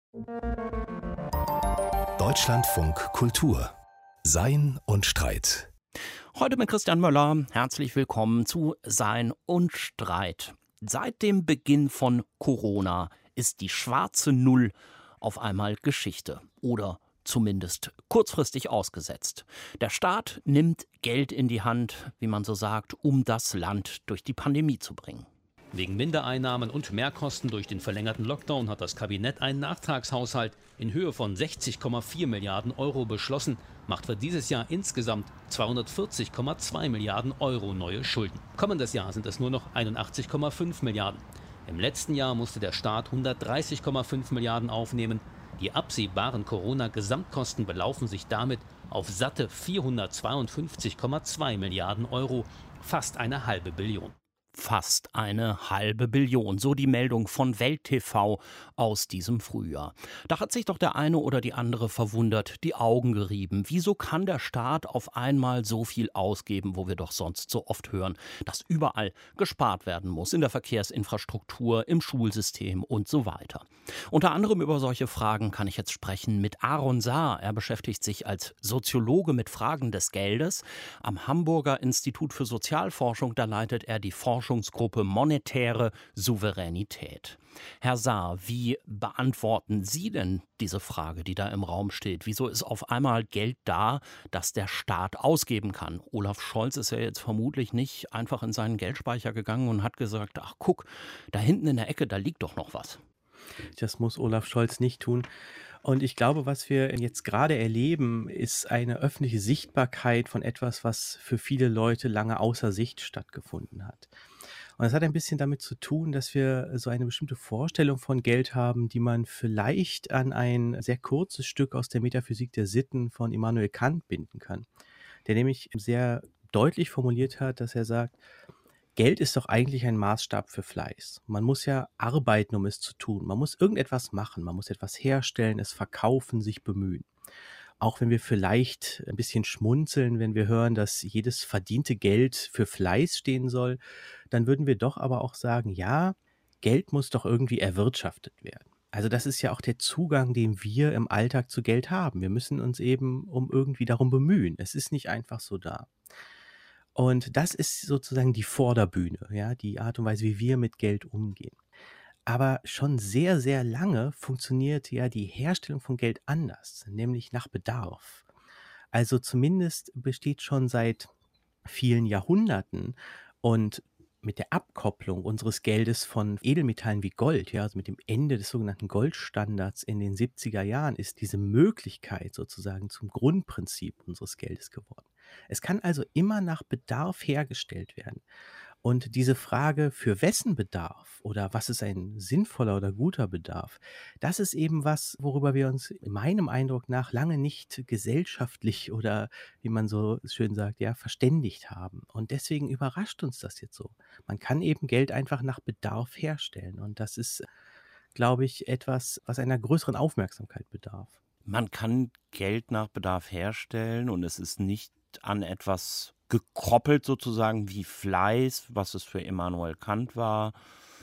Deutschlandfunk Kultur. Sein und Streit. Heute mit Christian Möller. Herzlich willkommen zu Sein und Streit. Seit dem Beginn von Corona ist die schwarze Null auf einmal Geschichte oder zumindest kurzfristig ausgesetzt. Der Staat nimmt Geld in die Hand, wie man so sagt, um das Land durch die Pandemie zu bringen. Wegen Mindereinnahmen und Mehrkosten durch den verlängerten Lockdown hat das Kabinett einen Nachtragshaushalt in Höhe von 60,4 Milliarden Euro beschlossen, macht für dieses Jahr insgesamt 240,2 Milliarden Euro neue Schulden. Kommendes Jahr sind es nur noch 81,5 Milliarden. Im letzten Jahr musste der Staat 130,5 Milliarden aufnehmen. Die absehbaren Corona-Gesamtkosten belaufen sich damit auf satte 452,2 Milliarden Euro, fast eine halbe Billion. Fast eine halbe Billion, so die Meldung von Welt TV aus diesem Frühjahr. Da hat sich doch der eine oder die andere verwundert die Augen gerieben. Wieso kann der Staat auf einmal so viel ausgeben, wo wir doch sonst so oft hören, dass überall gespart werden muss, in der Verkehrsinfrastruktur, im Schulsystem und so weiter. Unter anderem über solche Fragen kann ich jetzt sprechen mit Aaron Saar. Er beschäftigt sich als Soziologe mit Fragen des Geldes. Am Hamburger Institut für Sozialforschung, da leitet er die Forschungsgruppe Monetäre Souveränität. Herr Saar, wie beantworten Sie denn diese Frage, die da im Raum steht? Wieso ist auf einmal Geld da, das der Staat ausgeben kann? Olaf Scholz ist ja jetzt vermutlich nicht einfach in seinen Geldspeicher gegangen und hat gesagt, ach guck, da hinten in der Ecke, da liegt doch noch was. Das muss Olaf Scholz nicht tun. Und ich glaube, was wir jetzt gerade erleben, ist eine öffentliche Sichtbarkeit von etwas, was für viele Leute lange außer Sicht stattgefunden hat. Und das hat ein bisschen damit zu tun, dass wir so eine bestimmte Vorstellung von Geld haben, die man vielleicht an ein sehr kurzes Stück aus der Metaphysik der Sitten von Immanuel Kant binden kann, der nämlich sehr deutlich formuliert hat, dass er sagt, Geld ist doch eigentlich ein Maßstab für Fleiß. Man muss ja arbeiten, um es zu tun. Man muss irgendetwas machen, man muss etwas herstellen, es verkaufen, sich bemühen. Auch wenn wir vielleicht ein bisschen schmunzeln, wenn wir hören, dass jedes verdiente Geld für Fleiß stehen soll, dann würden wir doch aber auch sagen, ja, Geld muss doch irgendwie erwirtschaftet werden. Also das ist ja auch der Zugang, den wir im Alltag zu Geld haben. Wir müssen uns eben irgendwie darum bemühen. Es ist nicht einfach so da. Und das ist sozusagen die Vorderbühne, ja, die Art und Weise, wie wir mit Geld umgehen. Aber schon sehr, sehr lange funktioniert ja die Herstellung von Geld anders, nämlich nach Bedarf. Also zumindest besteht schon seit vielen Jahrhunderten und mit der Abkopplung unseres Geldes von Edelmetallen wie Gold, ja, also mit dem Ende des sogenannten Goldstandards in den 70er Jahren, ist diese Möglichkeit sozusagen zum Grundprinzip unseres Geldes geworden. Es kann also immer nach Bedarf hergestellt werden. Und diese Frage, für wessen Bedarf oder was ist ein sinnvoller oder guter Bedarf, das ist eben was, worüber wir uns meinem Eindruck nach lange nicht gesellschaftlich oder, wie man so schön sagt, ja, verständigt haben. Und deswegen überrascht uns das jetzt so. Man kann eben Geld einfach nach Bedarf herstellen. Und das ist, glaube ich, etwas, was einer größeren Aufmerksamkeit bedarf. Man kann Geld nach Bedarf herstellen und es ist nicht an etwas gekoppelt sozusagen wie Fleiß, was es für Immanuel Kant war.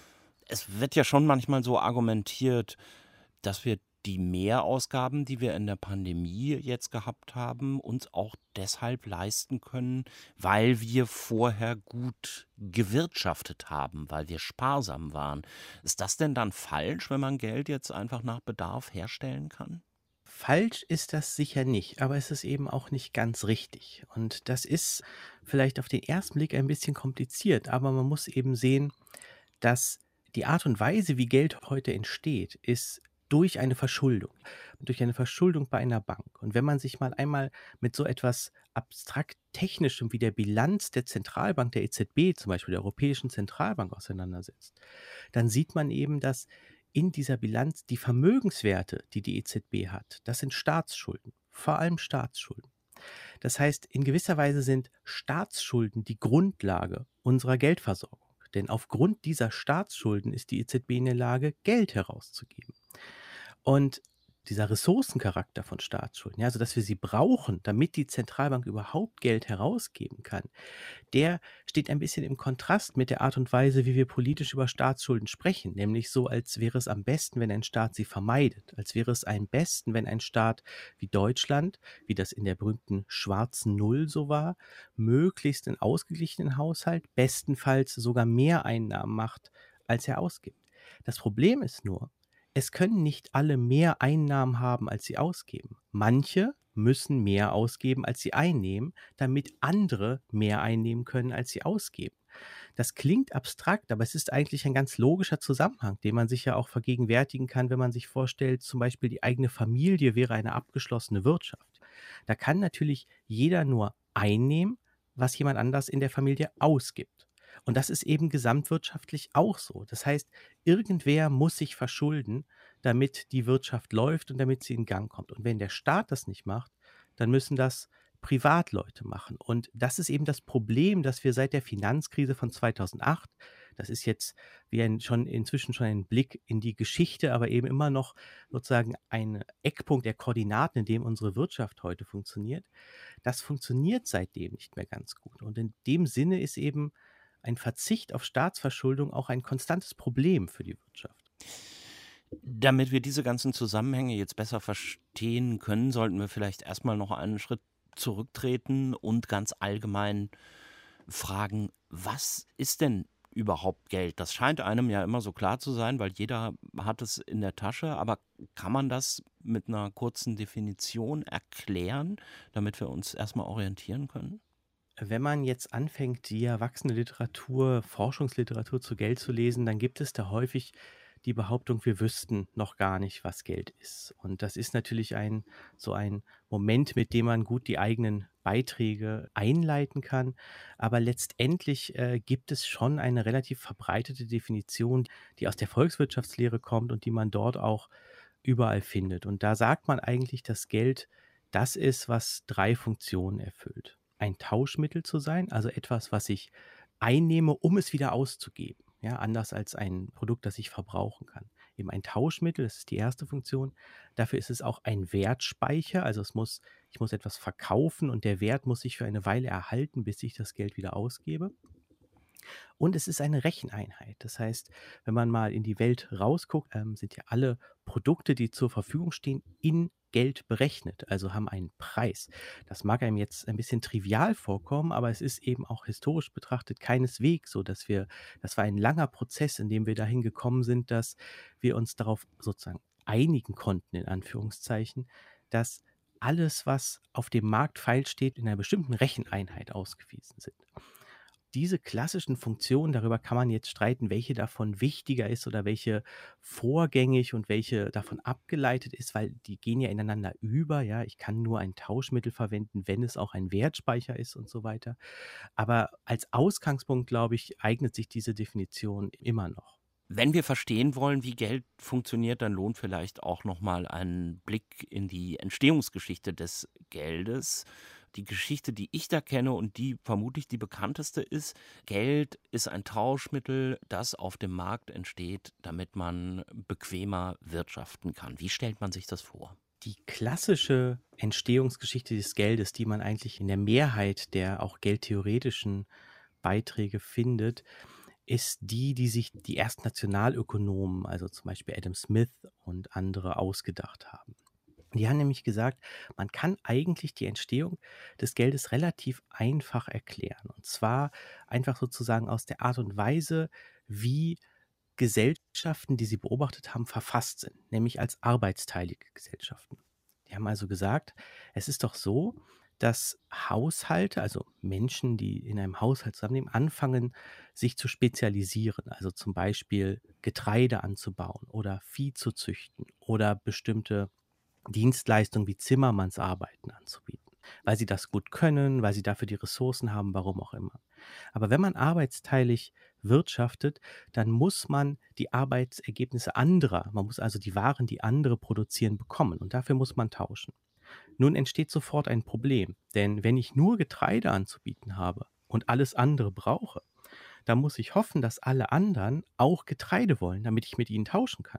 Es wird ja schon manchmal so argumentiert, dass wir die Mehrausgaben, die wir in der Pandemie jetzt gehabt haben, uns auch deshalb leisten können, weil wir vorher gut gewirtschaftet haben, weil wir sparsam waren. Ist das denn dann falsch, wenn man Geld jetzt einfach nach Bedarf herstellen kann? Falsch ist das sicher nicht, aber es ist eben auch nicht ganz richtig. Und das ist vielleicht auf den ersten Blick ein bisschen kompliziert, aber man muss eben sehen, dass die Art und Weise, wie Geld heute entsteht, ist durch eine Verschuldung. Durch eine Verschuldung bei einer Bank. Und wenn man sich mal einmal mit so etwas abstrakt Technischem wie der Bilanz der Zentralbank, der EZB, zum Beispiel der Europäischen Zentralbank, auseinandersetzt, dann sieht man eben, dass in dieser Bilanz die Vermögenswerte, die die EZB hat, das sind Staatsschulden, vor allem Staatsschulden. Das heißt, in gewisser Weise sind Staatsschulden die Grundlage unserer Geldversorgung. Denn aufgrund dieser Staatsschulden ist die EZB in der Lage, Geld herauszugeben. Und dieser Ressourcencharakter von Staatsschulden, ja, also dass wir sie brauchen, damit die Zentralbank überhaupt Geld herausgeben kann, der steht ein bisschen im Kontrast mit der Art und Weise, wie wir politisch über Staatsschulden sprechen, nämlich so, als wäre es am besten, wenn ein Staat sie vermeidet, als wäre es am besten, wenn ein Staat wie Deutschland, wie das in der berühmten schwarzen Null so war, möglichst einen ausgeglichenen Haushalt, bestenfalls sogar mehr Einnahmen macht, als er ausgibt. Das Problem ist nur, es können nicht alle mehr Einnahmen haben, als sie ausgeben. Manche müssen mehr ausgeben, als sie einnehmen, damit andere mehr einnehmen können, als sie ausgeben. Das klingt abstrakt, aber es ist eigentlich ein ganz logischer Zusammenhang, den man sich ja auch vergegenwärtigen kann, wenn man sich vorstellt, zum Beispiel die eigene Familie wäre eine abgeschlossene Wirtschaft. Da kann natürlich jeder nur einnehmen, was jemand anders in der Familie ausgibt. Und das ist eben gesamtwirtschaftlich auch so. Das heißt, irgendwer muss sich verschulden, damit die Wirtschaft läuft und damit sie in Gang kommt. Und wenn der Staat das nicht macht, dann müssen das Privatleute machen. Und das ist eben das Problem, dass wir seit der Finanzkrise von 2008, das ist jetzt wie inzwischen schon ein Blick in die Geschichte, aber eben immer noch sozusagen ein Eckpunkt der Koordinaten, in dem unsere Wirtschaft heute funktioniert, das funktioniert seitdem nicht mehr ganz gut. Und in dem Sinne ist eben ein Verzicht auf Staatsverschuldung auch ein konstantes Problem für die Wirtschaft. Damit wir diese ganzen Zusammenhänge jetzt besser verstehen können, sollten wir vielleicht erstmal noch einen Schritt zurücktreten und ganz allgemein fragen, was ist denn überhaupt Geld? Das scheint einem ja immer so klar zu sein, weil jeder hat es in der Tasche, aber kann man das mit einer kurzen Definition erklären, damit wir uns erstmal orientieren können? Wenn man jetzt anfängt, die erwachsene Literatur, Forschungsliteratur zu Geld zu lesen, dann gibt es da häufig die Behauptung, wir wüssten noch gar nicht, was Geld ist. Und das ist natürlich so ein Moment, mit dem man gut die eigenen Beiträge einleiten kann. Aber letztendlich gibt es schon eine relativ verbreitete Definition, die aus der Volkswirtschaftslehre kommt und die man dort auch überall findet. Und da sagt man eigentlich, dass Geld das ist, was 3 Funktionen erfüllt. Ein Tauschmittel zu sein, also etwas, was ich einnehme, um es wieder auszugeben. Ja, anders als ein Produkt, das ich verbrauchen kann. Eben ein Tauschmittel, das ist die erste Funktion. Dafür ist es auch ein Wertspeicher, also ich muss etwas verkaufen und der Wert muss sich für eine Weile erhalten, bis ich das Geld wieder ausgebe. Und es ist eine Recheneinheit. Das heißt, wenn man mal in die Welt rausguckt, sind ja alle Produkte, die zur Verfügung stehen, in Geld berechnet, also haben einen Preis. Das mag einem jetzt ein bisschen trivial vorkommen, aber es ist eben auch historisch betrachtet keineswegs so, das war ein langer Prozess, in dem wir dahin gekommen sind, dass wir uns darauf sozusagen einigen konnten, in Anführungszeichen, dass alles, was auf dem Markt feilsteht, in einer bestimmten Recheneinheit ausgewiesen sind. Diese klassischen Funktionen, darüber kann man jetzt streiten, welche davon wichtiger ist oder welche vorgängig und welche davon abgeleitet ist, weil die gehen ja ineinander über. Ja, ich kann nur ein Tauschmittel verwenden, wenn es auch ein Wertspeicher ist und so weiter. Aber als Ausgangspunkt, glaube ich, eignet sich diese Definition immer noch. Wenn wir verstehen wollen, wie Geld funktioniert, dann lohnt vielleicht auch nochmal ein Blick in die Entstehungsgeschichte des Geldes. Die Geschichte, die ich da kenne und die vermutlich die bekannteste ist, Geld ist ein Tauschmittel, das auf dem Markt entsteht, damit man bequemer wirtschaften kann. Wie stellt man sich das vor? Die klassische Entstehungsgeschichte des Geldes, die man eigentlich in der Mehrheit der auch geldtheoretischen Beiträge findet, ist die sich die ersten Nationalökonomen, also zum Beispiel Adam Smith und andere, ausgedacht haben. Die haben nämlich gesagt, man kann eigentlich die Entstehung des Geldes relativ einfach erklären. Und zwar einfach sozusagen aus der Art und Weise, wie Gesellschaften, die sie beobachtet haben, verfasst sind, nämlich als arbeitsteilige Gesellschaften. Die haben also gesagt, es ist doch so, dass Haushalte, also Menschen, die in einem Haushalt zusammenleben, anfangen, sich zu spezialisieren. Also zum Beispiel Getreide anzubauen oder Vieh zu züchten oder bestimmte Dienstleistungen wie Zimmermannsarbeiten anzubieten, weil sie das gut können, weil sie dafür die Ressourcen haben, warum auch immer. Aber wenn man arbeitsteilig wirtschaftet, dann muss man die Arbeitsergebnisse anderer, man muss also die Waren, die andere produzieren, bekommen und dafür muss man tauschen. Nun entsteht sofort ein Problem, denn wenn ich nur Getreide anzubieten habe und alles andere brauche, dann muss ich hoffen, dass alle anderen auch Getreide wollen, damit ich mit ihnen tauschen kann.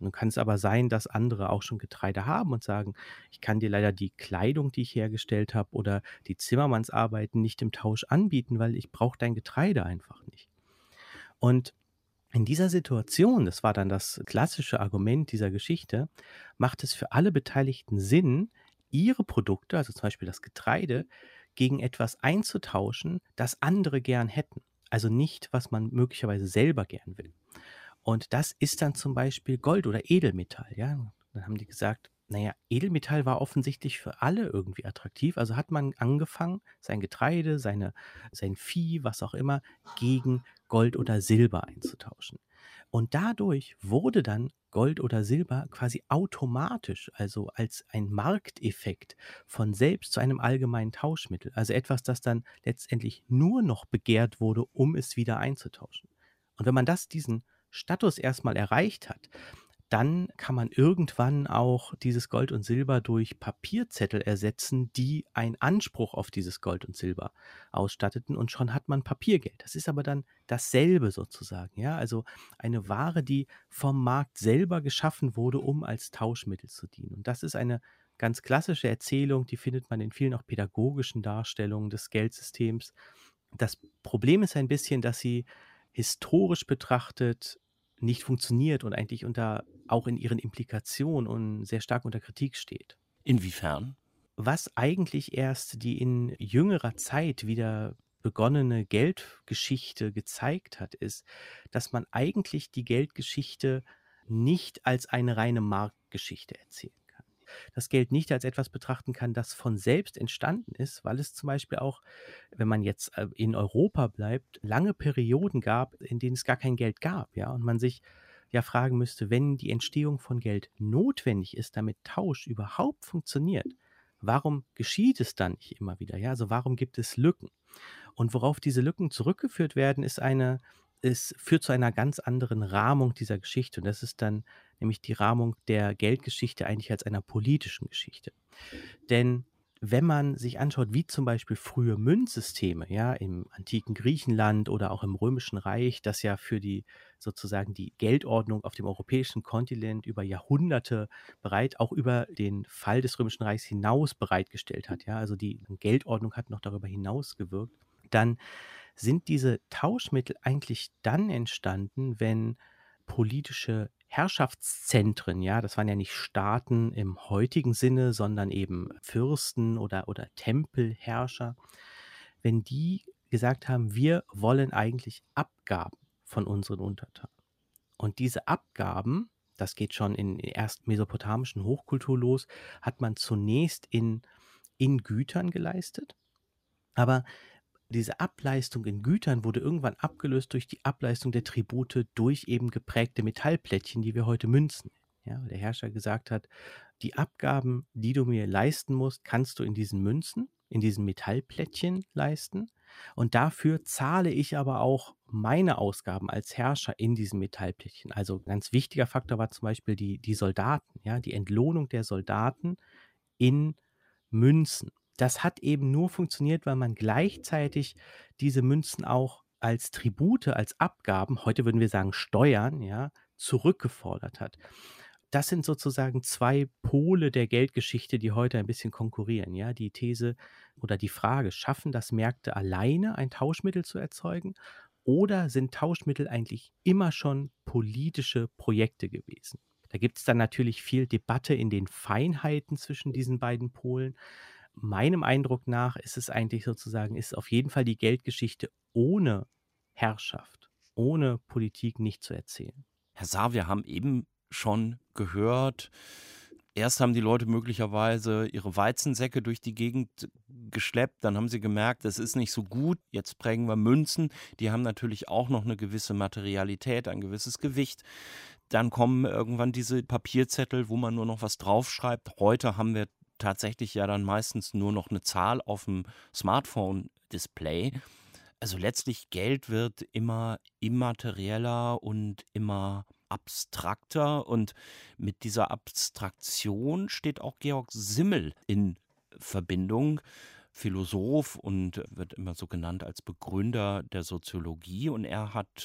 Nun kann es aber sein, dass andere auch schon Getreide haben und sagen, ich kann dir leider die Kleidung, die ich hergestellt habe, oder die Zimmermannsarbeiten nicht im Tausch anbieten, weil ich brauche dein Getreide einfach nicht. Und in dieser Situation, das war dann das klassische Argument dieser Geschichte, macht es für alle Beteiligten Sinn, ihre Produkte, also zum Beispiel das Getreide, gegen etwas einzutauschen, das andere gern hätten. Also nicht, was man möglicherweise selber gern will. Und das ist dann zum Beispiel Gold oder Edelmetall, ja. Dann haben die gesagt, naja, Edelmetall war offensichtlich für alle irgendwie attraktiv. Also hat man angefangen, sein Getreide, sein Vieh, was auch immer, gegen Gold oder Silber einzutauschen. Und dadurch wurde dann Gold oder Silber quasi automatisch, also als ein Markteffekt von selbst zu einem allgemeinen Tauschmittel. Also etwas, das dann letztendlich nur noch begehrt wurde, um es wieder einzutauschen. Und wenn man diesen Status erstmal erreicht hat, dann kann man irgendwann auch dieses Gold und Silber durch Papierzettel ersetzen, die einen Anspruch auf dieses Gold und Silber ausstatteten, und schon hat man Papiergeld. Das ist aber dann dasselbe sozusagen, ja, also eine Ware, die vom Markt selber geschaffen wurde, um als Tauschmittel zu dienen. Und das ist eine ganz klassische Erzählung, die findet man in vielen auch pädagogischen Darstellungen des Geldsystems. Das Problem ist ein bisschen, dass sie historisch betrachtet nicht funktioniert und eigentlich auch in ihren Implikationen und sehr stark unter Kritik steht. Inwiefern? Was eigentlich erst die in jüngerer Zeit wieder begonnene Geldgeschichte gezeigt hat, ist, dass man eigentlich die Geldgeschichte nicht als eine reine Marktgeschichte erzählen kann. Das Geld nicht als etwas betrachten kann, das von selbst entstanden ist, weil es zum Beispiel auch, wenn man jetzt in Europa bleibt, lange Perioden gab, in denen es gar kein Geld gab, ja, und man sich ja fragen müsste, wenn die Entstehung von Geld notwendig ist, damit Tausch überhaupt funktioniert, warum geschieht es dann nicht immer wieder? Ja, also warum gibt es Lücken? Und worauf diese Lücken zurückgeführt werden, es führt zu einer ganz anderen Rahmung dieser Geschichte. Und das ist dann nämlich die Rahmung der Geldgeschichte eigentlich als einer politischen Geschichte. Denn wenn man sich anschaut, wie zum Beispiel frühe Münzsysteme, ja, im antiken Griechenland oder auch im Römischen Reich, das ja für sozusagen die Geldordnung auf dem europäischen Kontinent über Jahrhunderte auch über den Fall des Römischen Reichs hinaus bereitgestellt hat, ja, also die Geldordnung hat noch darüber hinaus gewirkt, dann sind diese Tauschmittel eigentlich dann entstanden, wenn politische Herrschaftszentren, ja, das waren ja nicht Staaten im heutigen Sinne, sondern eben Fürsten oder Tempelherrscher, wenn die gesagt haben, wir wollen eigentlich Abgaben von unseren Untertanen. Und diese Abgaben, das geht schon in der ersten mesopotamischen Hochkultur los, hat man zunächst in Gütern geleistet, aber diese Ableistung in Gütern wurde irgendwann abgelöst durch die Ableistung der Tribute durch eben geprägte Metallplättchen, die wir heute Münzen nennen. Ja, weil der Herrscher gesagt hat, die Abgaben, die du mir leisten musst, kannst du in diesen Münzen, in diesen Metallplättchen leisten. Und dafür zahle ich aber auch meine Ausgaben als Herrscher in diesen Metallplättchen. Also ein ganz wichtiger Faktor war zum Beispiel die Soldaten, ja, die Entlohnung der Soldaten in Münzen. Das hat eben nur funktioniert, weil man gleichzeitig diese Münzen auch als Tribute, als Abgaben, heute würden wir sagen Steuern, ja, zurückgefordert hat. Das sind sozusagen zwei Pole der Geldgeschichte, die heute ein bisschen konkurrieren, ja. Die These oder die Frage, schaffen das Märkte alleine, ein Tauschmittel zu erzeugen, oder sind Tauschmittel eigentlich immer schon politische Projekte gewesen? Da gibt es dann natürlich viel Debatte in den Feinheiten zwischen diesen beiden Polen. Meinem Eindruck nach ist es eigentlich sozusagen, ist auf jeden Fall die Geldgeschichte ohne Herrschaft, ohne Politik nicht zu erzählen. Herr Saar, wir haben eben schon gehört, erst haben die Leute möglicherweise ihre Weizensäcke durch die Gegend geschleppt, dann haben sie gemerkt, das ist nicht so gut, jetzt prägen wir Münzen, die haben natürlich auch noch eine gewisse Materialität, ein gewisses Gewicht. Dann kommen irgendwann diese Papierzettel, wo man nur noch was draufschreibt. Heute haben wir tatsächlich ja dann meistens nur noch eine Zahl auf dem Smartphone-Display. Also letztlich Geld wird immer immaterieller und immer abstrakter, und mit dieser Abstraktion steht auch Georg Simmel in Verbindung, Philosoph und wird immer so genannt als Begründer der Soziologie, und er hat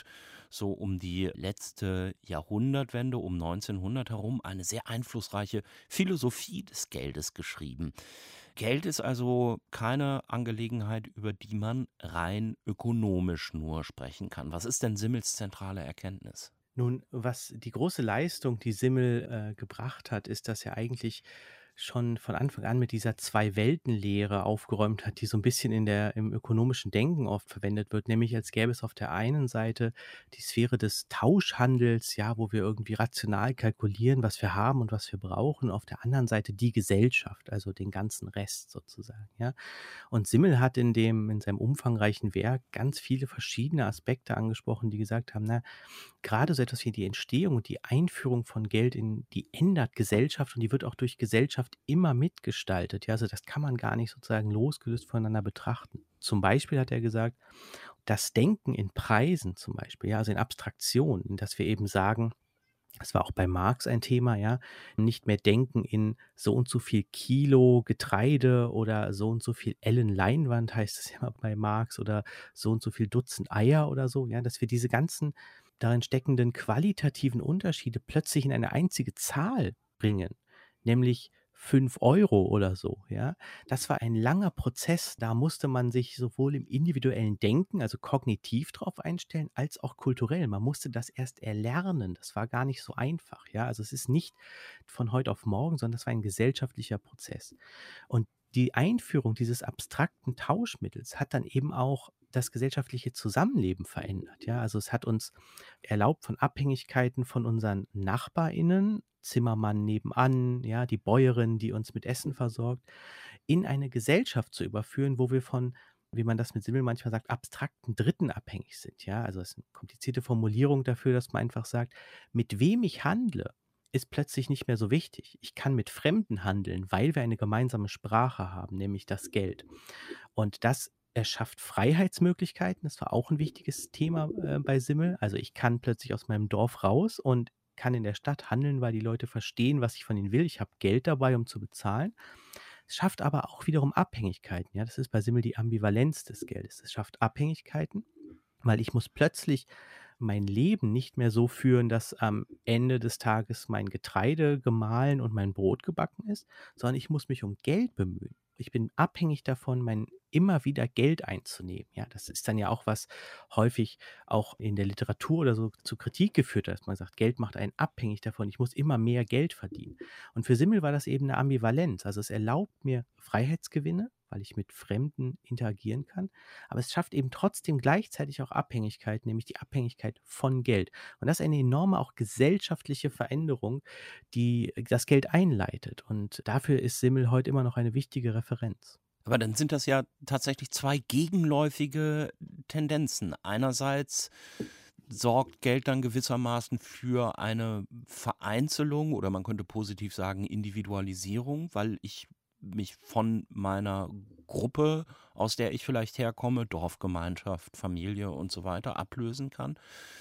so um die letzte Jahrhundertwende, um 1900 herum, eine sehr einflussreiche Philosophie des Geldes geschrieben. Geld ist also keine Angelegenheit, über die man rein ökonomisch nur sprechen kann. Was ist denn Simmels zentrale Erkenntnis? Nun, was die große Leistung, die Simmel gebracht hat, ist, dass er eigentlich schon von Anfang an mit dieser Zwei-Welten-Lehre aufgeräumt hat, die so ein bisschen im ökonomischen Denken oft verwendet wird, nämlich als gäbe es auf der einen Seite die Sphäre des Tauschhandels, ja, wo wir irgendwie rational kalkulieren, was wir haben und was wir brauchen, auf der anderen Seite die Gesellschaft, also den ganzen Rest sozusagen, ja. Und Simmel hat in seinem umfangreichen Werk ganz viele verschiedene Aspekte angesprochen, die gesagt haben, na, gerade so etwas wie die Entstehung und die Einführung von Geld die ändert Gesellschaft und die wird auch durch Gesellschaft immer mitgestaltet. Ja, also das kann man gar nicht sozusagen losgelöst voneinander betrachten. Zum Beispiel hat er gesagt, das Denken in Preisen zum Beispiel, ja, also in Abstraktionen, dass wir eben sagen, das war auch bei Marx ein Thema, ja, nicht mehr denken in so und so viel Kilo Getreide oder so und so viel Ellen Leinwand, heißt es ja immer bei Marx, oder so und so viel Dutzend Eier oder so, ja, dass wir diese ganzen darin steckenden qualitativen Unterschiede plötzlich in eine einzige Zahl bringen, nämlich 5 € oder so, ja. Das war ein langer Prozess, da musste man sich sowohl im individuellen Denken, also kognitiv drauf einstellen, als auch kulturell. Man musste das erst erlernen. Das war gar nicht so einfach, ja. Also, es ist nicht von heute auf morgen, sondern das war ein gesellschaftlicher Prozess. Und die Einführung dieses abstrakten Tauschmittels hat dann eben auch das gesellschaftliche Zusammenleben verändert, ja. Also, es hat uns erlaubt, von Abhängigkeiten von unseren NachbarInnen, Zimmermann nebenan, ja, die Bäuerin, die uns mit Essen versorgt, in eine Gesellschaft zu überführen, wo wir von, wie man das mit Simmel manchmal sagt, abstrakten Dritten abhängig sind, ja. Also, es ist eine komplizierte Formulierung dafür, dass man einfach sagt, mit wem ich handle, ist plötzlich nicht mehr so wichtig. Ich kann mit Fremden handeln, weil wir eine gemeinsame Sprache haben, nämlich das Geld. Und das erschafft Freiheitsmöglichkeiten. Das war auch ein wichtiges Thema, bei Simmel. Also, ich kann plötzlich aus meinem Dorf raus und kann in der Stadt handeln, weil die Leute verstehen, was ich von ihnen will. Ich habe Geld dabei, um zu bezahlen. Es schafft aber auch wiederum Abhängigkeiten, ja? Das ist bei Simmel die Ambivalenz des Geldes. Es schafft Abhängigkeiten, weil ich muss plötzlich mein Leben nicht mehr so führen, dass am Ende des Tages mein Getreide gemahlen und mein Brot gebacken ist, sondern ich muss mich um Geld bemühen. Ich bin abhängig davon, immer wieder Geld einzunehmen. Ja, das ist dann ja auch, was häufig auch in der Literatur oder so zu Kritik geführt hat, dass man sagt, Geld macht einen abhängig davon, ich muss immer mehr Geld verdienen. Und für Simmel war das eben eine Ambivalenz. Also, es erlaubt mir Freiheitsgewinne, weil ich mit Fremden interagieren kann, aber es schafft eben trotzdem gleichzeitig auch Abhängigkeit, nämlich die Abhängigkeit von Geld. Und das ist eine enorme auch gesellschaftliche Veränderung, die das Geld einleitet. Und dafür ist Simmel heute immer noch eine wichtige Referenz. Aber dann sind das ja tatsächlich zwei gegenläufige Tendenzen. Einerseits sorgt Geld dann gewissermaßen für eine Vereinzelung oder man könnte positiv sagen Individualisierung, weil ich mich von meiner Gruppe, aus der ich vielleicht herkomme, Dorfgemeinschaft, Familie und so weiter, ablösen kann.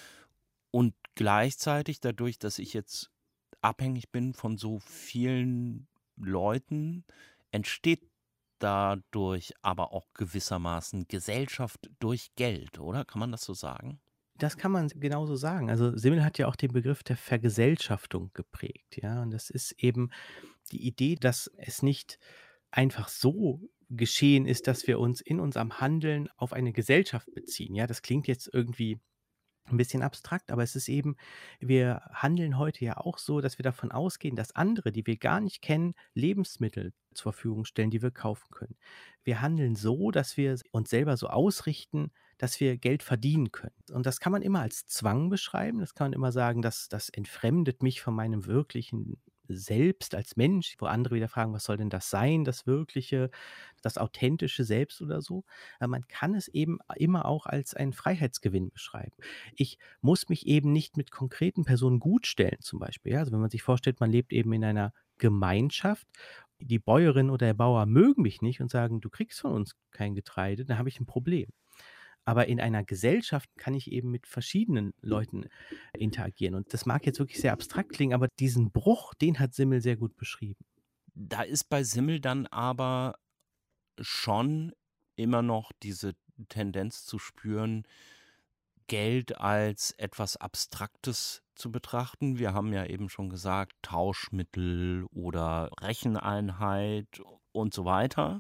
Und gleichzeitig dadurch, dass ich jetzt abhängig bin von so vielen Leuten, entsteht dadurch aber auch gewissermaßen Gesellschaft durch Geld, oder? Kann man das so sagen? Das kann man genauso sagen. Also, Simmel hat ja auch den Begriff der Vergesellschaftung geprägt, ja? Und das ist eben die Idee, dass es nicht einfach so geschehen ist, dass wir uns in unserem Handeln auf eine Gesellschaft beziehen. Ja, das klingt jetzt irgendwie ein bisschen abstrakt, aber es ist eben, wir handeln heute ja auch so, dass wir davon ausgehen, dass andere, die wir gar nicht kennen, Lebensmittel zur Verfügung stellen, die wir kaufen können. Wir handeln so, dass wir uns selber so ausrichten, dass wir Geld verdienen können. Und das kann man immer als Zwang beschreiben. Das kann man immer sagen, das entfremdet mich von meinem wirklichen Selbst als Mensch, wo andere wieder fragen, was soll denn das sein, das wirkliche, das authentische Selbst oder so. Aber man kann es eben immer auch als einen Freiheitsgewinn beschreiben. Ich muss mich eben nicht mit konkreten Personen gutstellen zum Beispiel. Ja? Also wenn man sich vorstellt, man lebt eben in einer Gemeinschaft, die Bäuerin oder der Bauer mögen mich nicht und sagen, du kriegst von uns kein Getreide, dann habe ich ein Problem. Aber in einer Gesellschaft kann ich eben mit verschiedenen Leuten interagieren. Und das mag jetzt wirklich sehr abstrakt klingen, aber diesen Bruch, den hat Simmel sehr gut beschrieben. Da ist bei Simmel dann aber schon immer noch diese Tendenz zu spüren, Geld als etwas Abstraktes zu betrachten. Wir haben ja eben schon gesagt, Tauschmittel oder Recheneinheit und so weiter.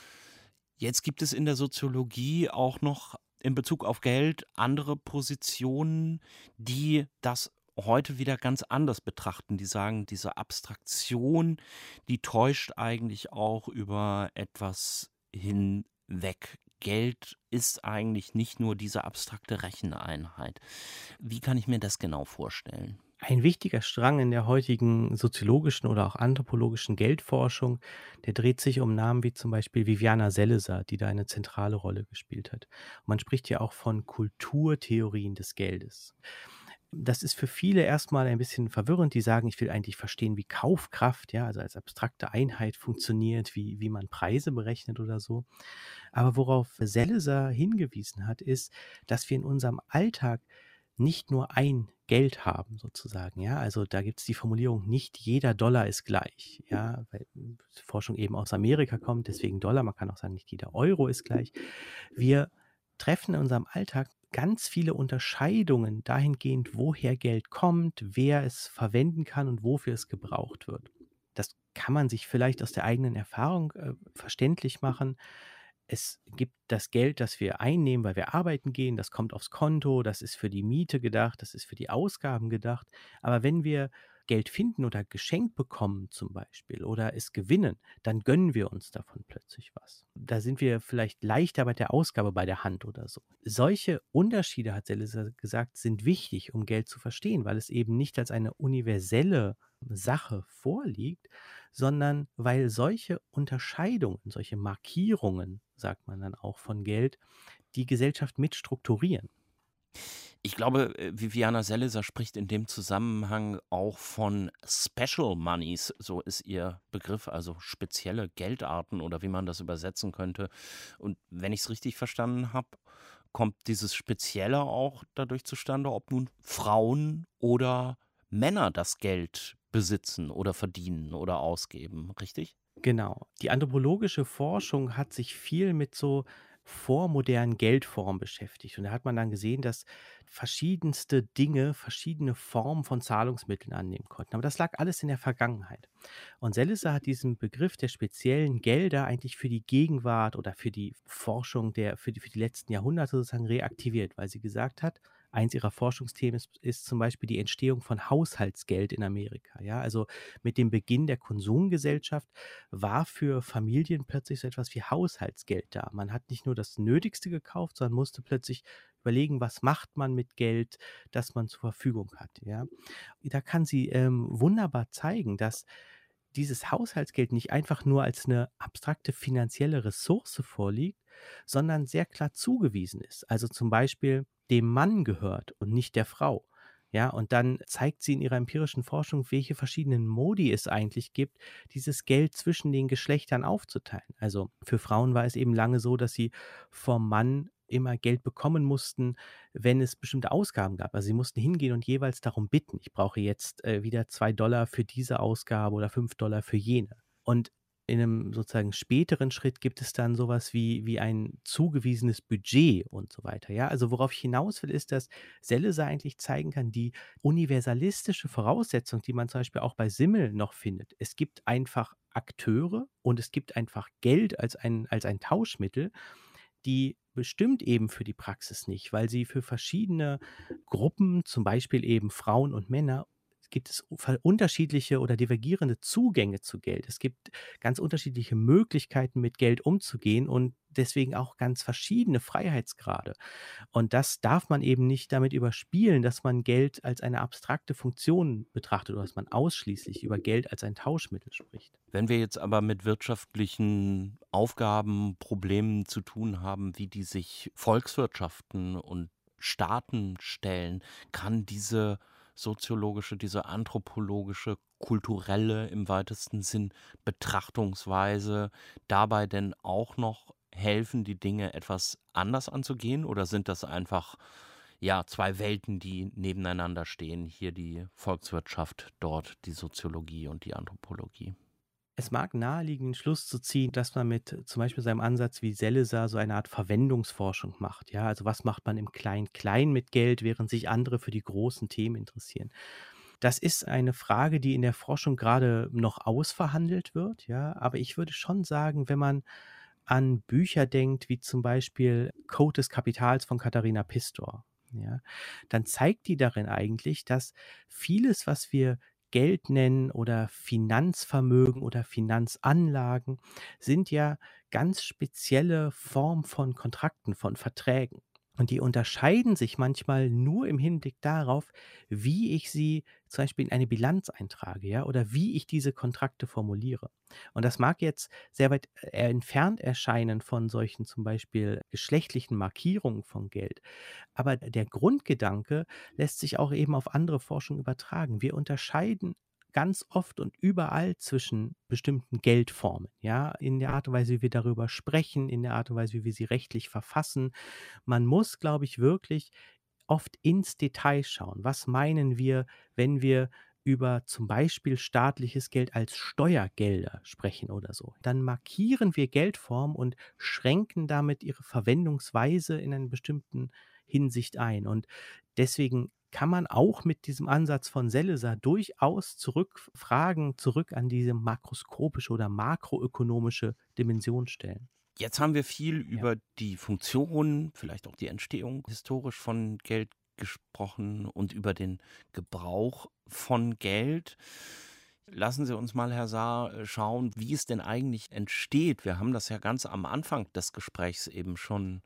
Jetzt gibt es in der Soziologie auch noch in Bezug auf Geld andere Positionen, die das heute wieder ganz anders betrachten. Die sagen, diese Abstraktion, die täuscht eigentlich auch über etwas hinweg. Geld ist eigentlich nicht nur diese abstrakte Recheneinheit. Wie kann ich mir das genau vorstellen? Ein wichtiger Strang in der heutigen soziologischen oder auch anthropologischen Geldforschung, der dreht sich um Namen wie zum Beispiel Viviana Salazar, die da eine zentrale Rolle gespielt hat. Und man spricht ja auch von Kulturtheorien des Geldes. Das ist für viele erstmal ein bisschen verwirrend, die sagen, ich will eigentlich verstehen, wie Kaufkraft, ja, also als abstrakte Einheit funktioniert, wie man Preise berechnet oder so. Aber worauf Salazar hingewiesen hat, ist, dass wir in unserem Alltag nicht nur ein Geld haben sozusagen, ja. Also da gibt es die Formulierung, nicht jeder Dollar ist gleich, ja, weil Forschung eben aus Amerika kommt, deswegen Dollar, man kann auch sagen, nicht jeder Euro ist gleich. Wir treffen in unserem Alltag ganz viele Unterscheidungen dahingehend, woher Geld kommt, wer es verwenden kann und wofür es gebraucht wird. Das kann man sich vielleicht aus der eigenen Erfahrung verständlich machen. Es gibt das Geld, das wir einnehmen, weil wir arbeiten gehen, das kommt aufs Konto, das ist für die Miete gedacht, das ist für die Ausgaben gedacht. Aber wenn wir Geld finden oder geschenkt bekommen zum Beispiel oder es gewinnen, dann gönnen wir uns davon plötzlich was. Da sind wir vielleicht leichter bei der Ausgabe bei der Hand oder so. Solche Unterschiede, hat Salazar gesagt, sind wichtig, um Geld zu verstehen, weil es eben nicht als eine universelle Sache vorliegt, sondern weil solche Unterscheidungen, solche Markierungen, sagt man dann auch von Geld, die Gesellschaft mitstrukturieren. Ich glaube, Viviana Salazar spricht in dem Zusammenhang auch von Special Monies, so ist ihr Begriff, also spezielle Geldarten oder wie man das übersetzen könnte. Und wenn ich es richtig verstanden habe, kommt dieses Spezielle auch dadurch zustande, ob nun Frauen oder Männer das Geld besitzen oder verdienen oder ausgeben, richtig? Genau. Die anthropologische Forschung hat sich viel mit so vormodernen Geldformen beschäftigt. Und da hat man dann gesehen, dass verschiedenste Dinge verschiedene Formen von Zahlungsmitteln annehmen konnten. Aber das lag alles in der Vergangenheit. Und Salazar hat diesen Begriff der speziellen Gelder eigentlich für die Gegenwart oder für die Forschung für die letzten Jahrhunderte sozusagen reaktiviert, weil sie gesagt hat, eins ihrer Forschungsthemen ist zum Beispiel die Entstehung von Haushaltsgeld in Amerika. Ja, also mit dem Beginn der Konsumgesellschaft war für Familien plötzlich so etwas wie Haushaltsgeld da. Man hat nicht nur das Nötigste gekauft, sondern musste plötzlich überlegen, was macht man mit Geld, das man zur Verfügung hat. Ja, da kann sie wunderbar zeigen, dass dieses Haushaltsgeld nicht einfach nur als eine abstrakte finanzielle Ressource vorliegt, sondern sehr klar zugewiesen ist. Also zum Beispiel dem Mann gehört und nicht der Frau. Ja, und dann zeigt sie in ihrer empirischen Forschung, welche verschiedenen Modi es eigentlich gibt, dieses Geld zwischen den Geschlechtern aufzuteilen. Also für Frauen war es eben lange so, dass sie vom Mann immer Geld bekommen mussten, wenn es bestimmte Ausgaben gab. Also sie mussten hingehen und jeweils darum bitten, ich brauche jetzt wieder $2 für diese Ausgabe oder $5 für jene. Und in einem sozusagen späteren Schritt gibt es dann sowas wie ein zugewiesenes Budget und so weiter. Ja, also worauf ich hinaus will, ist, dass Salazar eigentlich zeigen kann, die universalistische Voraussetzung, die man zum Beispiel auch bei Simmel noch findet. Es gibt einfach Akteure und es gibt einfach Geld als ein Tauschmittel, die bestimmt eben für die Praxis nicht, weil sie für verschiedene Gruppen, zum Beispiel eben Frauen und Männer, gibt es unterschiedliche oder divergierende Zugänge zu Geld. Es gibt ganz unterschiedliche Möglichkeiten, mit Geld umzugehen und deswegen auch ganz verschiedene Freiheitsgrade. Und das darf man eben nicht damit überspielen, dass man Geld als eine abstrakte Funktion betrachtet oder dass man ausschließlich über Geld als ein Tauschmittel spricht. Wenn wir jetzt aber mit wirtschaftlichen Aufgaben, Problemen zu tun haben, wie die sich Volkswirtschaften und Staaten stellen, kann diese soziologische, diese anthropologische, kulturelle im weitesten Sinn Betrachtungsweise dabei denn auch noch helfen, die Dinge etwas anders anzugehen? Oder sind das einfach ja zwei Welten, die nebeneinander stehen? Hier die Volkswirtschaft, dort die Soziologie und die Anthropologie. Es mag naheliegen, den Schluss zu ziehen, dass man mit zum Beispiel seinem Ansatz wie Selleser so eine Art Verwendungsforschung macht. Ja, also was macht man im Klein-Klein mit Geld, während sich andere für die großen Themen interessieren. Das ist eine Frage, die in der Forschung gerade noch ausverhandelt wird, ja, aber ich würde schon sagen, wenn man an Bücher denkt, wie zum Beispiel Code des Kapitals von Katharina Pistor, ja, dann zeigt die darin eigentlich, dass vieles, was wir Geld nennen oder Finanzvermögen oder Finanzanlagen, sind ja ganz spezielle Form von Kontrakten, von Verträgen. Und die unterscheiden sich manchmal nur im Hinblick darauf, wie ich sie zum Beispiel in eine Bilanz eintrage, ja, oder wie ich diese Kontrakte formuliere. Und das mag jetzt sehr weit entfernt erscheinen von solchen zum Beispiel geschlechtlichen Markierungen von Geld. Aber der Grundgedanke lässt sich auch eben auf andere Forschung übertragen. Wir unterscheiden ganz oft und überall zwischen bestimmten Geldformen, ja, in der Art und Weise, wie wir darüber sprechen, in der Art und Weise, wie wir sie rechtlich verfassen. Man muss, glaube ich, wirklich oft ins Detail schauen. Was meinen wir, wenn wir über zum Beispiel staatliches Geld als Steuergelder sprechen oder so? Dann markieren wir Geldformen und schränken damit ihre Verwendungsweise in einer bestimmten Hinsicht ein. Und deswegen kann man auch mit diesem Ansatz von Selleser durchaus zurück an diese makroskopische oder makroökonomische Dimension stellen. Jetzt haben wir viel Ja. über die Funktion, vielleicht auch die Entstehung historisch von Geld gesprochen und über den Gebrauch von Geld. Lassen Sie uns mal, Herr Saar, schauen, wie es denn eigentlich entsteht. Wir haben das ja ganz am Anfang des Gesprächs eben schon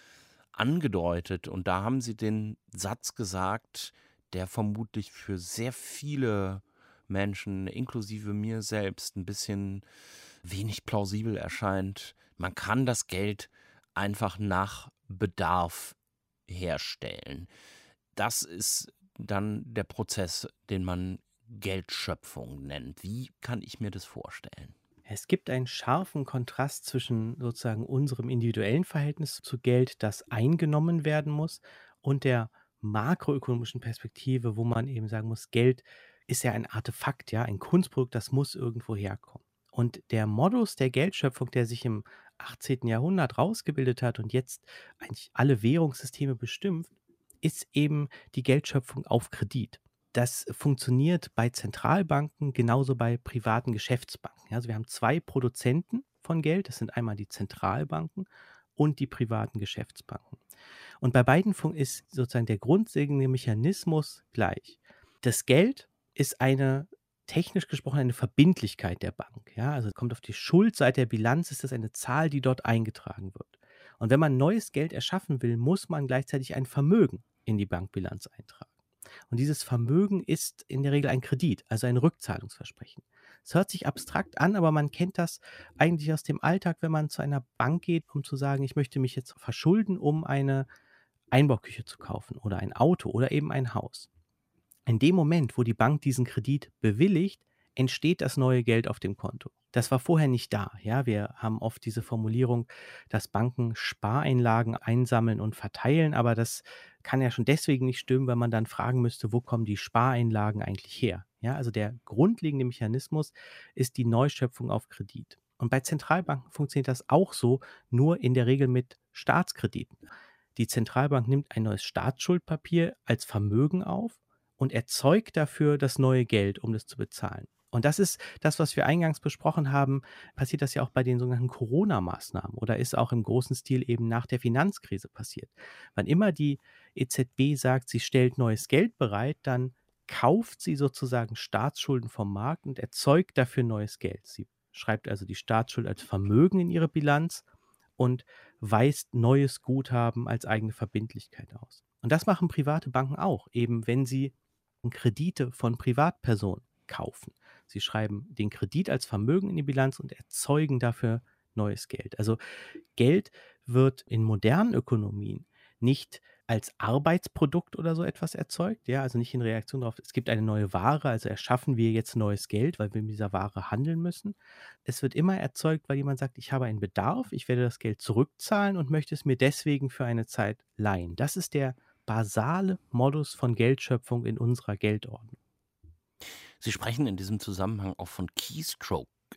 angedeutet und da haben Sie den Satz gesagt, der vermutlich für sehr viele Menschen, inklusive mir selbst, ein bisschen wenig plausibel erscheint. Man kann das Geld einfach nach Bedarf herstellen. Das ist dann der Prozess, den man Geldschöpfung nennt. Wie kann ich mir das vorstellen? Es gibt einen scharfen Kontrast zwischen sozusagen unserem individuellen Verhältnis zu Geld, das eingenommen werden muss, und der makroökonomischen Perspektive, wo man eben sagen muss, Geld ist ja ein Artefakt, ja, ein Kunstprodukt, das muss irgendwo herkommen. Und der Modus der Geldschöpfung, der sich im 18. Jahrhundert rausgebildet hat und jetzt eigentlich alle Währungssysteme bestimmt, ist eben die Geldschöpfung auf Kredit. Das funktioniert bei Zentralbanken genauso bei privaten Geschäftsbanken. Ja, also wir haben 2 Produzenten von Geld, das sind einmal die Zentralbanken und die privaten Geschäftsbanken. Und bei beiden ist sozusagen der grundlegende Mechanismus gleich. Das Geld ist technisch gesprochen eine Verbindlichkeit der Bank. Ja, also kommt auf die Schuldseite der Bilanz, ist das eine Zahl, die dort eingetragen wird. Und wenn man neues Geld erschaffen will, muss man gleichzeitig ein Vermögen in die Bankbilanz eintragen. Und dieses Vermögen ist in der Regel ein Kredit, also ein Rückzahlungsversprechen. Es hört sich abstrakt an, aber man kennt das eigentlich aus dem Alltag, wenn man zu einer Bank geht, um zu sagen, ich möchte mich jetzt verschulden, um eine Einbauküche zu kaufen oder ein Auto oder eben ein Haus. In dem Moment, wo die Bank diesen Kredit bewilligt, entsteht das neue Geld auf dem Konto. Das war vorher nicht da. Ja, wir haben oft diese Formulierung, dass Banken Spareinlagen einsammeln und verteilen, aber das kann ja schon deswegen nicht stimmen, weil man dann fragen müsste, wo kommen die Spareinlagen eigentlich her? Ja, also der grundlegende Mechanismus ist die Neuschöpfung auf Kredit. Und bei Zentralbanken funktioniert das auch so, nur in der Regel mit Staatskrediten. Die Zentralbank nimmt ein neues Staatsschuldpapier als Vermögen auf und erzeugt dafür das neue Geld, um das zu bezahlen. Und das ist das, was wir eingangs besprochen haben, passiert das ja auch bei den sogenannten Corona-Maßnahmen oder ist auch im großen Stil eben nach der Finanzkrise passiert. Wann immer die EZB sagt, sie stellt neues Geld bereit, dann kauft sie sozusagen Staatsschulden vom Markt und erzeugt dafür neues Geld. Sie schreibt also die Staatsschuld als Vermögen in ihre Bilanz und weist neues Guthaben als eigene Verbindlichkeit aus. Und das machen private Banken auch, eben wenn sie Kredite von Privatpersonen kaufen. Sie schreiben den Kredit als Vermögen in die Bilanz und erzeugen dafür neues Geld. Also Geld wird in modernen Ökonomien nicht als Arbeitsprodukt oder so etwas erzeugt, ja, also nicht in Reaktion darauf, es gibt eine neue Ware, also erschaffen wir jetzt neues Geld, weil wir mit dieser Ware handeln müssen. Es wird immer erzeugt, weil jemand sagt, ich habe einen Bedarf, ich werde das Geld zurückzahlen und möchte es mir deswegen für eine Zeit leihen. Das ist der basale Modus von Geldschöpfung in unserer Geldordnung. Sie sprechen in diesem Zusammenhang auch von Keystroke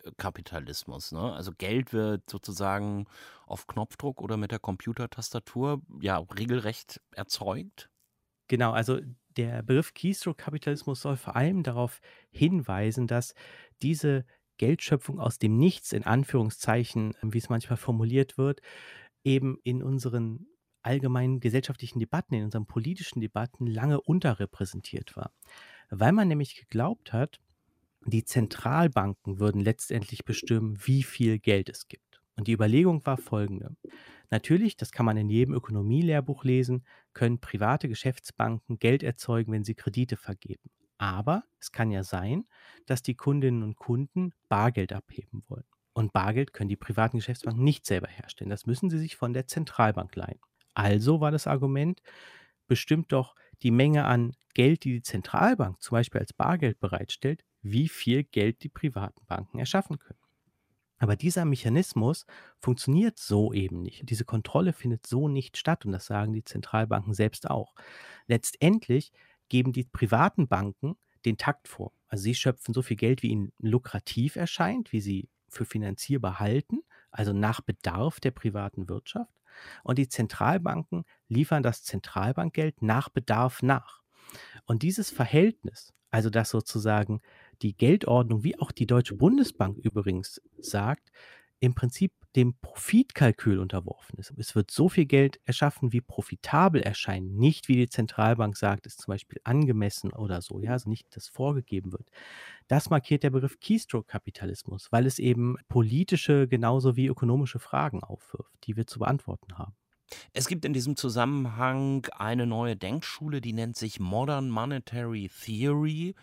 Big-Kapitalismus, ne? Also Geld wird sozusagen auf Knopfdruck oder mit der Computertastatur ja regelrecht erzeugt. Genau, also der Begriff Keystroke-Kapitalismus soll vor allem darauf hinweisen, dass diese Geldschöpfung aus dem Nichts, in Anführungszeichen, wie es manchmal formuliert wird, eben in unseren allgemeinen gesellschaftlichen Debatten, in unseren politischen Debatten lange unterrepräsentiert war. Weil man nämlich geglaubt hat, die Zentralbanken würden letztendlich bestimmen, wie viel Geld es gibt. Und die Überlegung war folgende. Natürlich, das kann man in jedem Ökonomielehrbuch lesen, können private Geschäftsbanken Geld erzeugen, wenn sie Kredite vergeben. Aber es kann ja sein, dass die Kundinnen und Kunden Bargeld abheben wollen. Und Bargeld können die privaten Geschäftsbanken nicht selber herstellen. Das müssen sie sich von der Zentralbank leihen. Also war das Argument, bestimmt doch die Menge an Geld, die die Zentralbank zum Beispiel als Bargeld bereitstellt, wie viel Geld die privaten Banken erschaffen können. Aber dieser Mechanismus funktioniert so eben nicht. Diese Kontrolle findet so nicht statt und das sagen die Zentralbanken selbst auch. Letztendlich geben die privaten Banken den Takt vor. Also sie schöpfen so viel Geld, wie ihnen lukrativ erscheint, wie sie für finanzierbar halten, also nach Bedarf der privaten Wirtschaft. Und die Zentralbanken liefern das Zentralbankgeld nach Bedarf nach. Und dieses Verhältnis, also dass sozusagen die Geldordnung, wie auch die Deutsche Bundesbank übrigens sagt, im Prinzip dem Profitkalkül unterworfen ist. Es wird so viel Geld erschaffen, wie profitabel erscheint, nicht wie die Zentralbank sagt, ist zum Beispiel angemessen oder so, ja, also nicht, dass vorgegeben wird. Das markiert der Begriff Keystroke-Kapitalismus, weil es eben politische genauso wie ökonomische Fragen aufwirft, die wir zu beantworten haben. Es gibt in diesem Zusammenhang eine neue Denkschule, die nennt sich Modern Monetary Theory.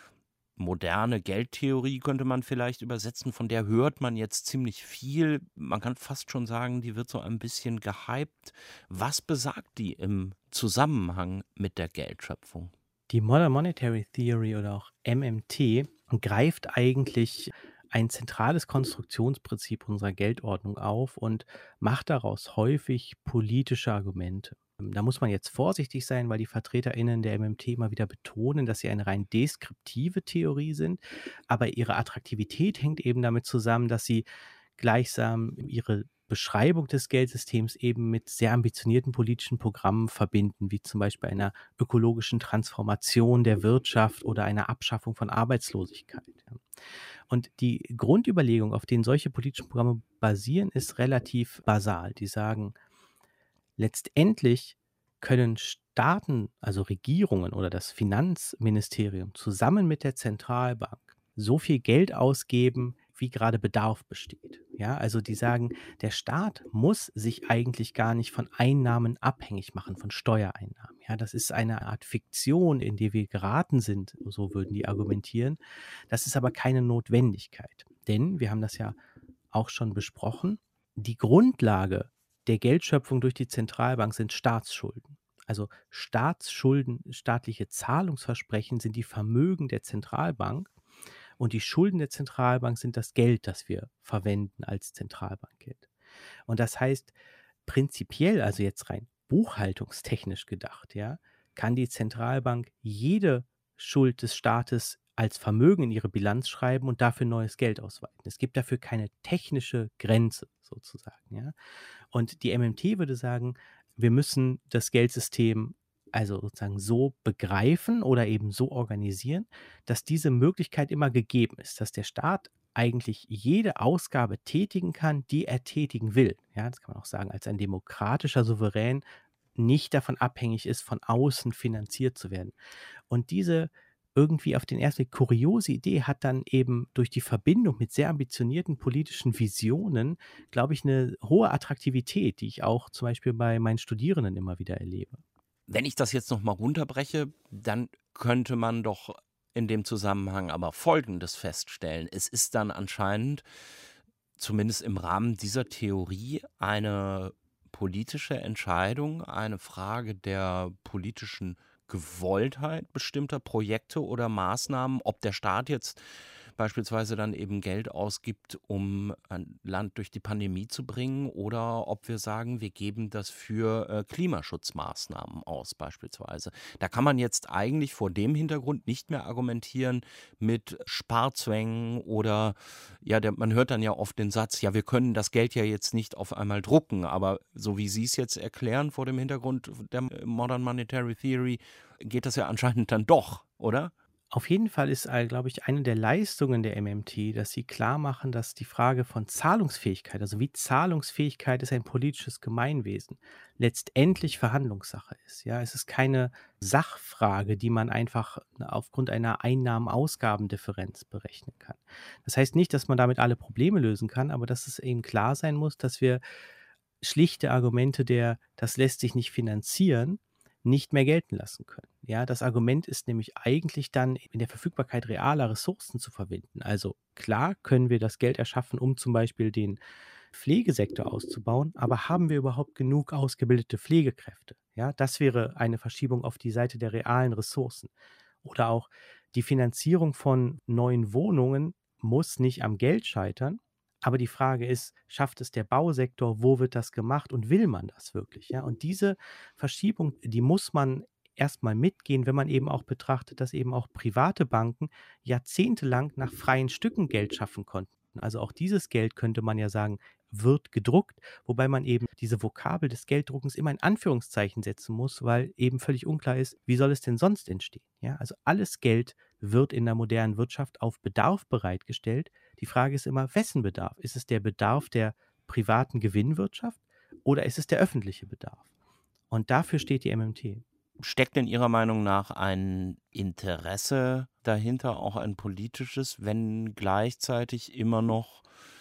Moderne Geldtheorie könnte man vielleicht übersetzen, von der hört man jetzt ziemlich viel. Man kann fast schon sagen, die wird so ein bisschen gehypt. Was besagt die im Zusammenhang mit der Geldschöpfung? Die Modern Monetary Theory oder auch MMT greift eigentlich ein zentrales Konstruktionsprinzip unserer Geldordnung auf und macht daraus häufig politische Argumente. Da muss man jetzt vorsichtig sein, weil die VertreterInnen der MMT immer wieder betonen, dass sie eine rein deskriptive Theorie sind. Aber ihre Attraktivität hängt eben damit zusammen, dass sie gleichsam ihre Beschreibung des Geldsystems eben mit sehr ambitionierten politischen Programmen verbinden, wie zum Beispiel einer ökologischen Transformation der Wirtschaft oder einer Abschaffung von Arbeitslosigkeit. Ja. Und die Grundüberlegung, auf denen solche politischen Programme basieren, ist relativ basal. Die sagen, letztendlich können Staaten, also Regierungen oder das Finanzministerium zusammen mit der Zentralbank so viel Geld ausgeben, wie gerade Bedarf besteht. Ja, also die sagen, der Staat muss sich eigentlich gar nicht von Einnahmen abhängig machen, von Steuereinnahmen. Ja, das ist eine Art Fiktion, in die wir geraten sind, so würden die argumentieren. Das ist aber keine Notwendigkeit. Denn, wir haben das ja auch schon besprochen, die Grundlage der Geldschöpfung durch die Zentralbank sind Staatsschulden. Also Staatsschulden, staatliche Zahlungsversprechen sind die Vermögen der Zentralbank und die Schulden der Zentralbank sind das Geld, das wir verwenden als Zentralbankgeld. Und das heißt, prinzipiell, also jetzt rein buchhaltungstechnisch gedacht, ja, kann die Zentralbank jede Schuld des Staates als Vermögen in ihre Bilanz schreiben und dafür neues Geld ausweiten. Es gibt dafür keine technische Grenze sozusagen. Ja? Und die MMT würde sagen, wir müssen das Geldsystem also sozusagen so begreifen oder eben so organisieren, dass diese Möglichkeit immer gegeben ist, dass der Staat eigentlich jede Ausgabe tätigen kann, die er tätigen will. Ja, das kann man auch sagen, als ein demokratischer Souverän nicht davon abhängig ist, von außen finanziert zu werden. Und diese irgendwie auf den ersten Blick kuriose Idee hat dann eben durch die Verbindung mit sehr ambitionierten politischen Visionen, glaube ich, eine hohe Attraktivität, die ich auch zum Beispiel bei meinen Studierenden immer wieder erlebe. Wenn ich das jetzt nochmal runterbreche, dann könnte man doch in dem Zusammenhang aber Folgendes feststellen. Es ist dann anscheinend, zumindest im Rahmen dieser Theorie, eine politische Entscheidung, eine Frage der politischen Gewolltheit bestimmter Projekte oder Maßnahmen, ob der Staat jetzt beispielsweise dann eben Geld ausgibt, um ein Land durch die Pandemie zu bringen, oder ob wir sagen, wir geben das für Klimaschutzmaßnahmen aus beispielsweise. Da kann man jetzt eigentlich vor dem Hintergrund nicht mehr argumentieren mit Sparzwängen oder, ja, man hört dann ja oft den Satz, ja, wir können das Geld ja jetzt nicht auf einmal drucken, aber so wie Sie es jetzt erklären vor dem Hintergrund der Modern Monetary Theory, geht das ja anscheinend dann doch, oder? Auf jeden Fall ist, glaube ich, eine der Leistungen der MMT, dass sie klar machen, dass die Frage von Zahlungsfähigkeit, also wie Zahlungsfähigkeit ist ein politisches Gemeinwesen, letztendlich Verhandlungssache ist. Ja, es ist keine Sachfrage, die man einfach aufgrund einer Einnahmen-Ausgaben-Differenz berechnen kann. Das heißt nicht, dass man damit alle Probleme lösen kann, aber dass es eben klar sein muss, dass wir schlichte Argumente das lässt sich nicht finanzieren, nicht mehr gelten lassen können. Ja, das Argument ist nämlich eigentlich dann in der Verfügbarkeit realer Ressourcen zu verwenden. Also klar können wir das Geld erschaffen, um zum Beispiel den Pflegesektor auszubauen, aber haben wir überhaupt genug ausgebildete Pflegekräfte? Ja, das wäre eine Verschiebung auf die Seite der realen Ressourcen. Oder auch die Finanzierung von neuen Wohnungen muss nicht am Geld scheitern, aber die Frage ist, schafft es der Bausektor, wo wird das gemacht und will man das wirklich? Ja? Und diese Verschiebung, die muss man erstmal mitgehen, wenn man eben auch betrachtet, dass eben auch private Banken jahrzehntelang nach freien Stücken Geld schaffen konnten. Also auch dieses Geld könnte man ja sagen, wird gedruckt, wobei man eben diese Vokabel des Gelddruckens immer in Anführungszeichen setzen muss, weil eben völlig unklar ist, wie soll es denn sonst entstehen? Ja, also alles Geld wird in der modernen Wirtschaft auf Bedarf bereitgestellt. Die Frage ist immer, wessen Bedarf? Ist es der Bedarf der privaten Gewinnwirtschaft oder ist es der öffentliche Bedarf? Und dafür steht die MMT. Steckt denn Ihrer Meinung nach ein Interesse dahinter, auch ein politisches, wenn gleichzeitig immer noch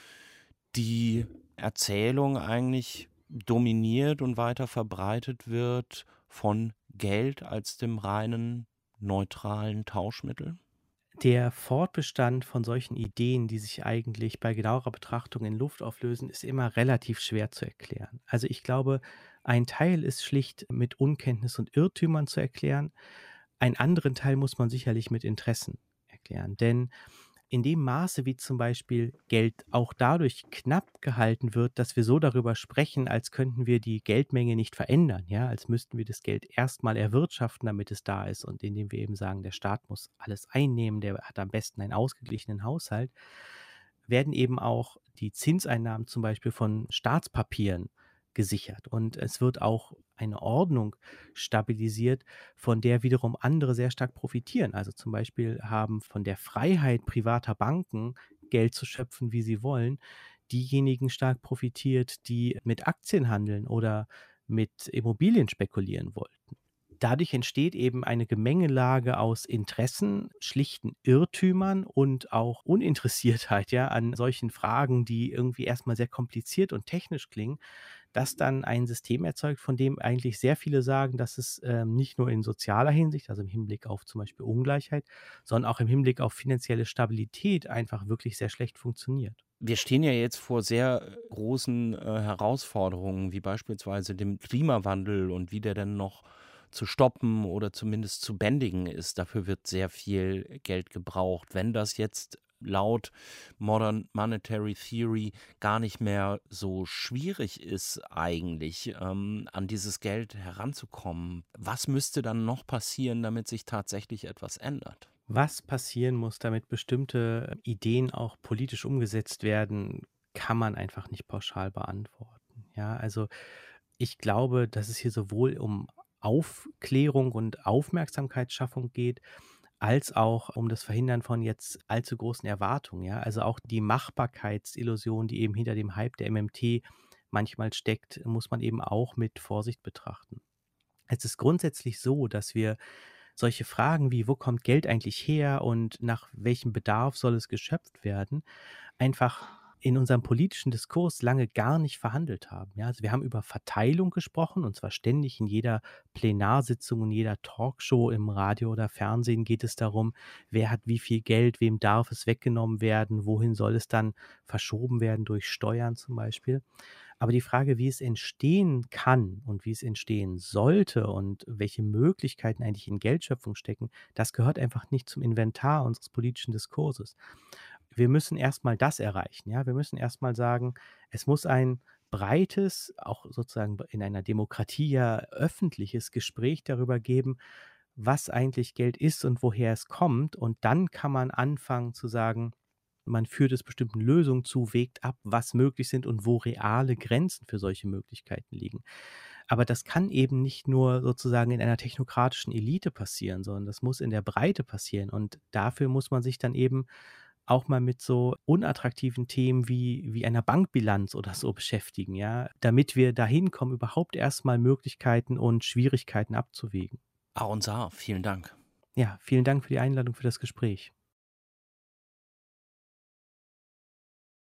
die Erzählung eigentlich dominiert und weiter verbreitet wird von Geld als dem reinen neutralen Tauschmittel? Der Fortbestand von solchen Ideen, die sich eigentlich bei genauerer Betrachtung in Luft auflösen, ist immer relativ schwer zu erklären. Also ich glaube, ein Teil ist schlicht mit Unkenntnis und Irrtümern zu erklären. Einen anderen Teil muss man sicherlich mit Interessen erklären. Denn in dem Maße, wie zum Beispiel Geld auch dadurch knapp gehalten wird, dass wir so darüber sprechen, als könnten wir die Geldmenge nicht verändern, ja, als müssten wir das Geld erstmal erwirtschaften, damit es da ist, und indem wir eben sagen, der Staat muss alles einnehmen, der hat am besten einen ausgeglichenen Haushalt, werden eben auch die Zinseinnahmen zum Beispiel von Staatspapieren gesichert. Und es wird auch eine Ordnung stabilisiert, von der wiederum andere sehr stark profitieren. Also zum Beispiel haben von der Freiheit privater Banken, Geld zu schöpfen, wie sie wollen, diejenigen stark profitiert, die mit Aktien handeln oder mit Immobilien spekulieren wollten. Dadurch entsteht eben eine Gemengelage aus Interessen, schlichten Irrtümern und auch Uninteressiertheit, ja, an solchen Fragen, die irgendwie erstmal sehr kompliziert und technisch klingen, das dann ein System erzeugt, von dem eigentlich sehr viele sagen, dass es nicht nur in sozialer Hinsicht, also im Hinblick auf zum Beispiel Ungleichheit, sondern auch im Hinblick auf finanzielle Stabilität einfach wirklich sehr schlecht funktioniert. Wir stehen ja jetzt vor sehr großen Herausforderungen, wie beispielsweise dem Klimawandel und wie der denn noch zu stoppen oder zumindest zu bändigen ist. Dafür wird sehr viel Geld gebraucht. Wenn das jetzt laut Modern Monetary Theory gar nicht mehr so schwierig ist eigentlich, an dieses Geld heranzukommen, was müsste dann noch passieren, damit sich tatsächlich etwas ändert? Was passieren muss, damit bestimmte Ideen auch politisch umgesetzt werden, kann man einfach nicht pauschal beantworten. Ja, also ich glaube, dass es hier sowohl um Aufklärung und Aufmerksamkeitsschaffung geht, als auch um das Verhindern von jetzt allzu großen Erwartungen. Ja, also auch die Machbarkeitsillusion, die eben hinter dem Hype der MMT manchmal steckt, muss man eben auch mit Vorsicht betrachten. Es ist grundsätzlich so, dass wir solche Fragen wie, wo kommt Geld eigentlich her und nach welchem Bedarf soll es geschöpft werden, einfach in unserem politischen Diskurs lange gar nicht verhandelt haben. Ja, also wir haben über Verteilung gesprochen, und zwar ständig in jeder Plenarsitzung, in jeder Talkshow im Radio oder Fernsehen geht es darum, wer hat wie viel Geld, wem darf es weggenommen werden, wohin soll es dann verschoben werden durch Steuern zum Beispiel. Aber die Frage, wie es entstehen kann und wie es entstehen sollte und welche Möglichkeiten eigentlich in Geldschöpfung stecken, das gehört einfach nicht zum Inventar unseres politischen Diskurses. Wir müssen erst mal das erreichen, ja? Wir müssen erst mal sagen, es muss ein breites, auch sozusagen in einer Demokratie ja öffentliches Gespräch darüber geben, was eigentlich Geld ist und woher es kommt. Und dann kann man anfangen zu sagen, man führt es bestimmten Lösungen zu, wägt ab, was möglich sind und wo reale Grenzen für solche Möglichkeiten liegen. Aber das kann eben nicht nur sozusagen in einer technokratischen Elite passieren, sondern das muss in der Breite passieren. Und dafür muss man sich dann eben auch mal mit so unattraktiven Themen wie einer Bankbilanz oder so beschäftigen, ja, damit wir dahin kommen, überhaupt erst mal Möglichkeiten und Schwierigkeiten abzuwägen. Aaron Saar, vielen Dank. Ja, vielen Dank für die Einladung, für das Gespräch.